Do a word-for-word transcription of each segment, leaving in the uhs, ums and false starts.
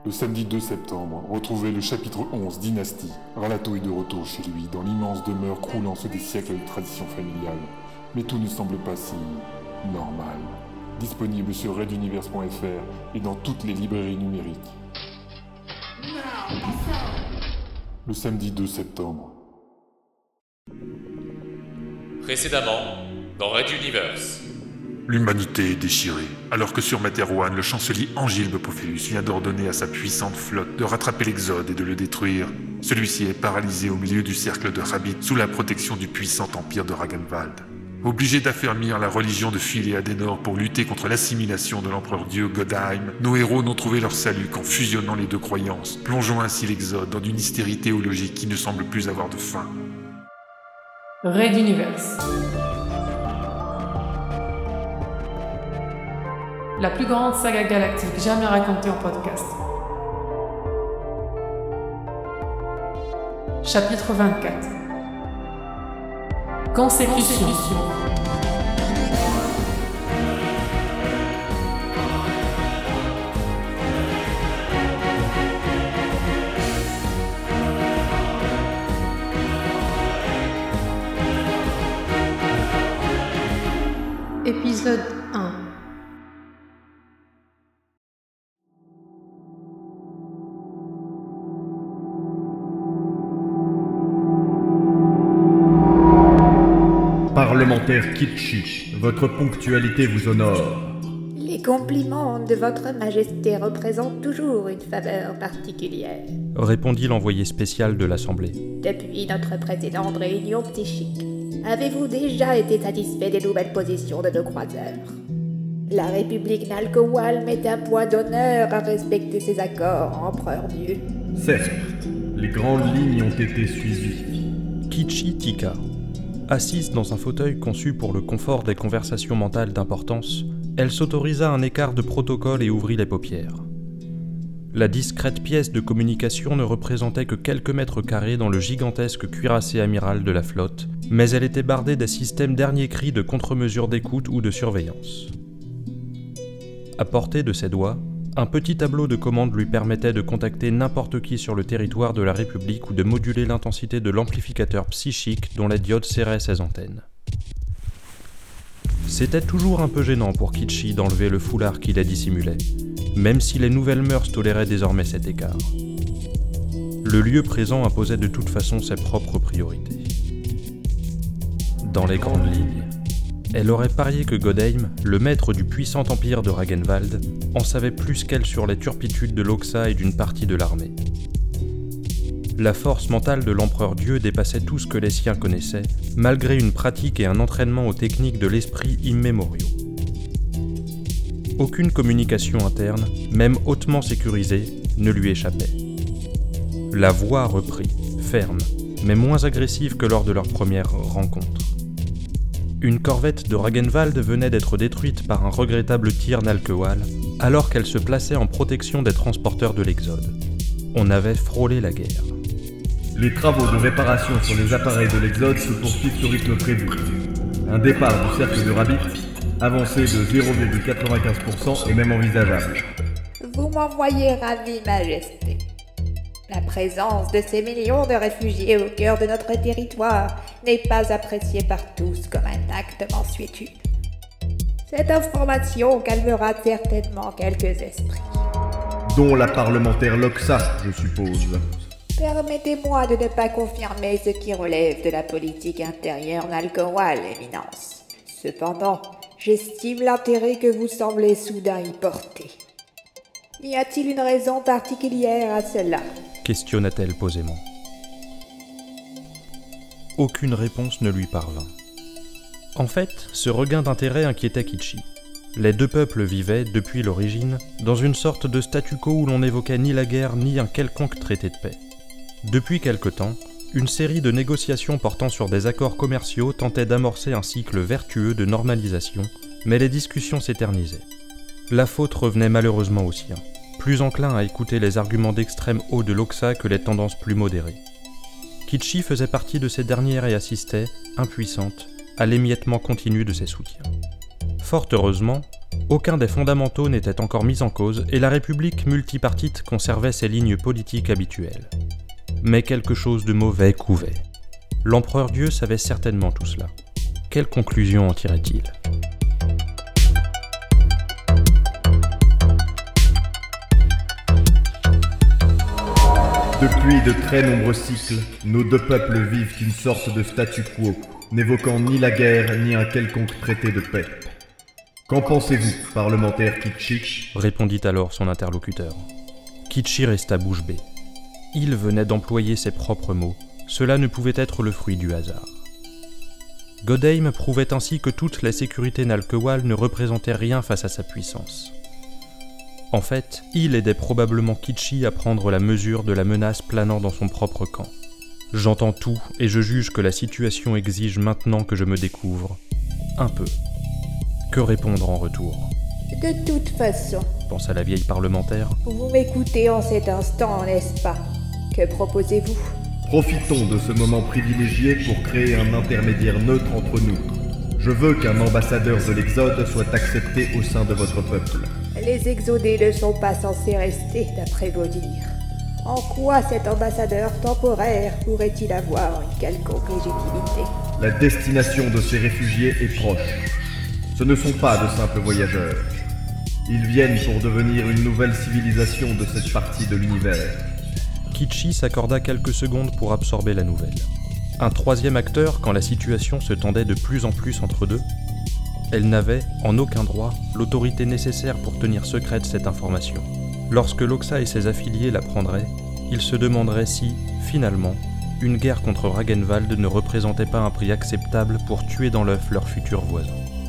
Le samedi deux septembre, retrouvez le chapitre onze, Dynastie. Ralato est de retour chez lui, dans l'immense demeure croulant sous des siècles de tradition familiale. Mais tout ne semble pas si normal. Disponible sur red universe point f r et dans toutes les librairies numériques. Le samedi deux septembre. Précédemment, dans Red Universe. L'humanité est déchirée, alors que sur Materwan, le chancelier Angilbe Pophéus vient d'ordonner à sa puissante flotte de rattraper l'Exode et de le détruire. Celui-ci est paralysé au milieu du cercle de Rabbit, sous la protection du puissant empire de Ragenwald. Obligé d'affermir la religion de Phil et Adenor pour lutter contre l'assimilation de l'empereur-dieu Godheim, nos héros n'ont trouvé leur salut qu'en fusionnant les deux croyances, plongeant ainsi l'Exode dans une hystérie théologique qui ne semble plus avoir de fin. Red Universe. La plus grande saga galactique jamais racontée en podcast. Chapitre vingt-quatre. Consécution. Épisode un. Parlementaire Kitchi, votre ponctualité vous honore. Les compliments de votre majesté représentent toujours une faveur particulière, répondit l'envoyé spécial de l'Assemblée. Depuis notre précédente réunion psychique, avez-vous déjà été satisfait des nouvelles positions de nos croiseurs? La République Nalkowal met un point d'honneur à respecter ses accords, empereur Dieu. Certes, les grandes lignes ont été suivies. Kitchi Tika. Assise dans un fauteuil conçu pour le confort des conversations mentales d'importance, elle s'autorisa un écart de protocole et ouvrit les paupières. La discrète pièce de communication ne représentait que quelques mètres carrés dans le gigantesque cuirassé amiral de la flotte, mais elle était bardée des systèmes dernier cri de contre-mesures d'écoute ou de surveillance. À portée de ses doigts, un petit tableau de commande lui permettait de contacter n'importe qui sur le territoire de la République ou de moduler l'intensité de l'amplificateur psychique dont la diode serrait ses antennes. C'était toujours un peu gênant pour Kitchi d'enlever le foulard qui la dissimulait, même si les nouvelles mœurs toléraient désormais cet écart. Le lieu présent imposait de toute façon ses propres priorités. Dans les grandes lignes, elle aurait parié que Godheim, le maître du puissant empire de Ragenwald, en savait plus qu'elle sur les turpitudes de l'Oxa et d'une partie de l'armée. La force mentale de l'empereur-dieu dépassait tout ce que les siens connaissaient, malgré une pratique et un entraînement aux techniques de l'esprit immémoriaux. Aucune communication interne, même hautement sécurisée, ne lui échappait. La voix reprit, ferme, mais moins agressive que lors de leur première rencontre. Une corvette de Ragenwald venait d'être détruite par un regrettable tir Nalkowal, alors qu'elle se plaçait en protection des transporteurs de l'Exode. On avait frôlé la guerre. Les travaux de réparation sur les appareils de l'Exode se poursuivent au rythme prévu. Un départ du cercle de Rabbit, avancé de zéro virgule quatre-vingt-quinze pour cent est même envisageable. Vous m'envoyez ravi, majesté. La présence de ces millions de réfugiés au cœur de notre territoire n'est pas appréciée par tous comme un acte mansuétude. Cette information calmera certainement quelques esprits. Dont la parlementaire Loxa, je suppose. Permettez-moi de ne pas confirmer ce qui relève de la politique intérieure Nalkowal, éminence. Cependant, j'estime l'intérêt que vous semblez soudain y porter. Y a-t-il une raison particulière à cela ? Questionna-t-elle posément. Aucune réponse ne lui parvint. En fait, ce regain d'intérêt inquiétait Kitchi. Les deux peuples vivaient, depuis l'origine, dans une sorte de statu quo où l'on n'évoquait ni la guerre ni un quelconque traité de paix. Depuis quelque temps, une série de négociations portant sur des accords commerciaux tentait d'amorcer un cycle vertueux de normalisation, mais les discussions s'éternisaient. La faute revenait malheureusement aux siens, plus enclin à écouter les arguments d'extrême haut de l'Oxa que les tendances plus modérées. Kitchi faisait partie de ces dernières et assistait, impuissante, à l'émiettement continu de ses soutiens. Fort heureusement, Aucun des fondamentaux n'était encore mis en cause et la République multipartite conservait ses lignes politiques habituelles. Mais quelque chose de mauvais couvait. L'empereur Dieu savait certainement tout cela. Quelle conclusion en tirait-il ? Depuis de très nombreux cycles, nos deux peuples vivent une sorte de statu quo, n'évoquant ni la guerre ni un quelconque traité de paix. Qu'en pensez-vous, parlementaire Kichi ? Répondit alors son interlocuteur. Kichi resta bouche bée. Il venait d'employer ses propres mots. Cela ne pouvait être le fruit du hasard. Godheim prouvait ainsi que toute la sécurité Nalkewal ne représentait rien face à sa puissance. En fait, il aidait probablement Kichi à prendre la mesure de la menace planant dans son propre camp. J'entends tout et je juge que la situation exige maintenant que je me découvre un peu. Que répondre en retour ? De toute façon, pensa la vieille parlementaire. vous m'écoutez en cet instant, n'est-ce pas ? Que proposez-vous ? Profitons de ce moment privilégié pour créer un intermédiaire neutre entre nous. Je veux qu'un ambassadeur de l'Exode soit accepté au sein de votre peuple. Les exodés ne sont pas censés rester, d'après vos dires. En quoi cet ambassadeur temporaire pourrait-il avoir une quelconque légitimité ? La destination de ces réfugiés est proche. Ce ne sont pas de simples voyageurs. Ils viennent pour devenir une nouvelle civilisation de cette partie de l'univers. Kichi s'accorda quelques secondes pour absorber la nouvelle. Un troisième acteur quand la situation se tendait de plus en plus entre deux. Elle n'avait, en aucun droit, l'autorité nécessaire pour tenir secrète cette information. Lorsque Loxa et ses affiliés l'apprendraient, ils se demanderaient si, finalement, une guerre contre Ragenwald ne représentait pas un prix acceptable pour tuer dans l'œuf leurs futurs voisins.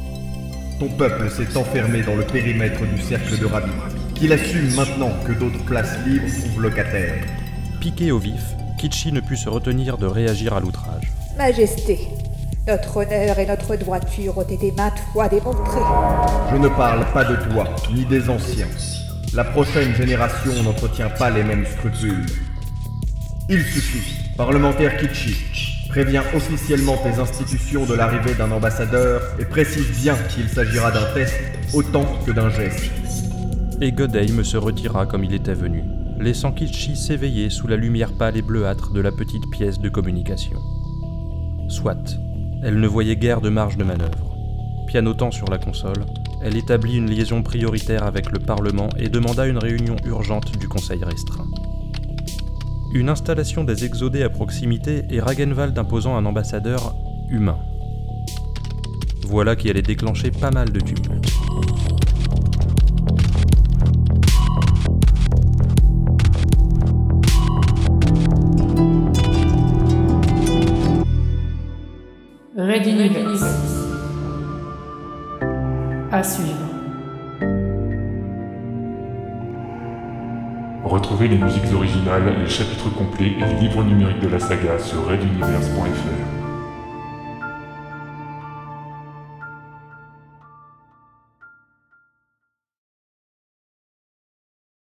Ton peuple s'est enfermé dans le périmètre du cercle de Rabbit, qu'il assume maintenant que d'autres places libres trouvent locataires. Piqué au vif, Kichi ne put se retenir de réagir à l'outrage. Majesté, notre honneur et notre droiture ont été maintes fois démontrés. Je ne parle pas de toi, ni des anciens. La prochaine génération n'entretient pas les mêmes scrupules. Il suffit, parlementaire Kichi. Préviens officiellement tes institutions de l'arrivée d'un ambassadeur et précise bien qu'il s'agira d'un test autant que d'un geste. Et Godheim se retira comme il était venu, laissant Kichi s'éveiller sous la lumière pâle et bleuâtre de la petite pièce de communication. Soit, elle ne voyait guère de marge de manœuvre. Pianotant sur la console, elle établit une liaison prioritaire avec le Parlement et demanda une réunion urgente du Conseil restreint. Une installation des exodés à proximité et Ragenwald imposant un ambassadeur humain. Voilà qui allait déclencher pas mal de tumulte. Red Universe. À suivre. Retrouvez les musiques originales, les chapitres complets et les livres numériques de la saga sur red universe point f r.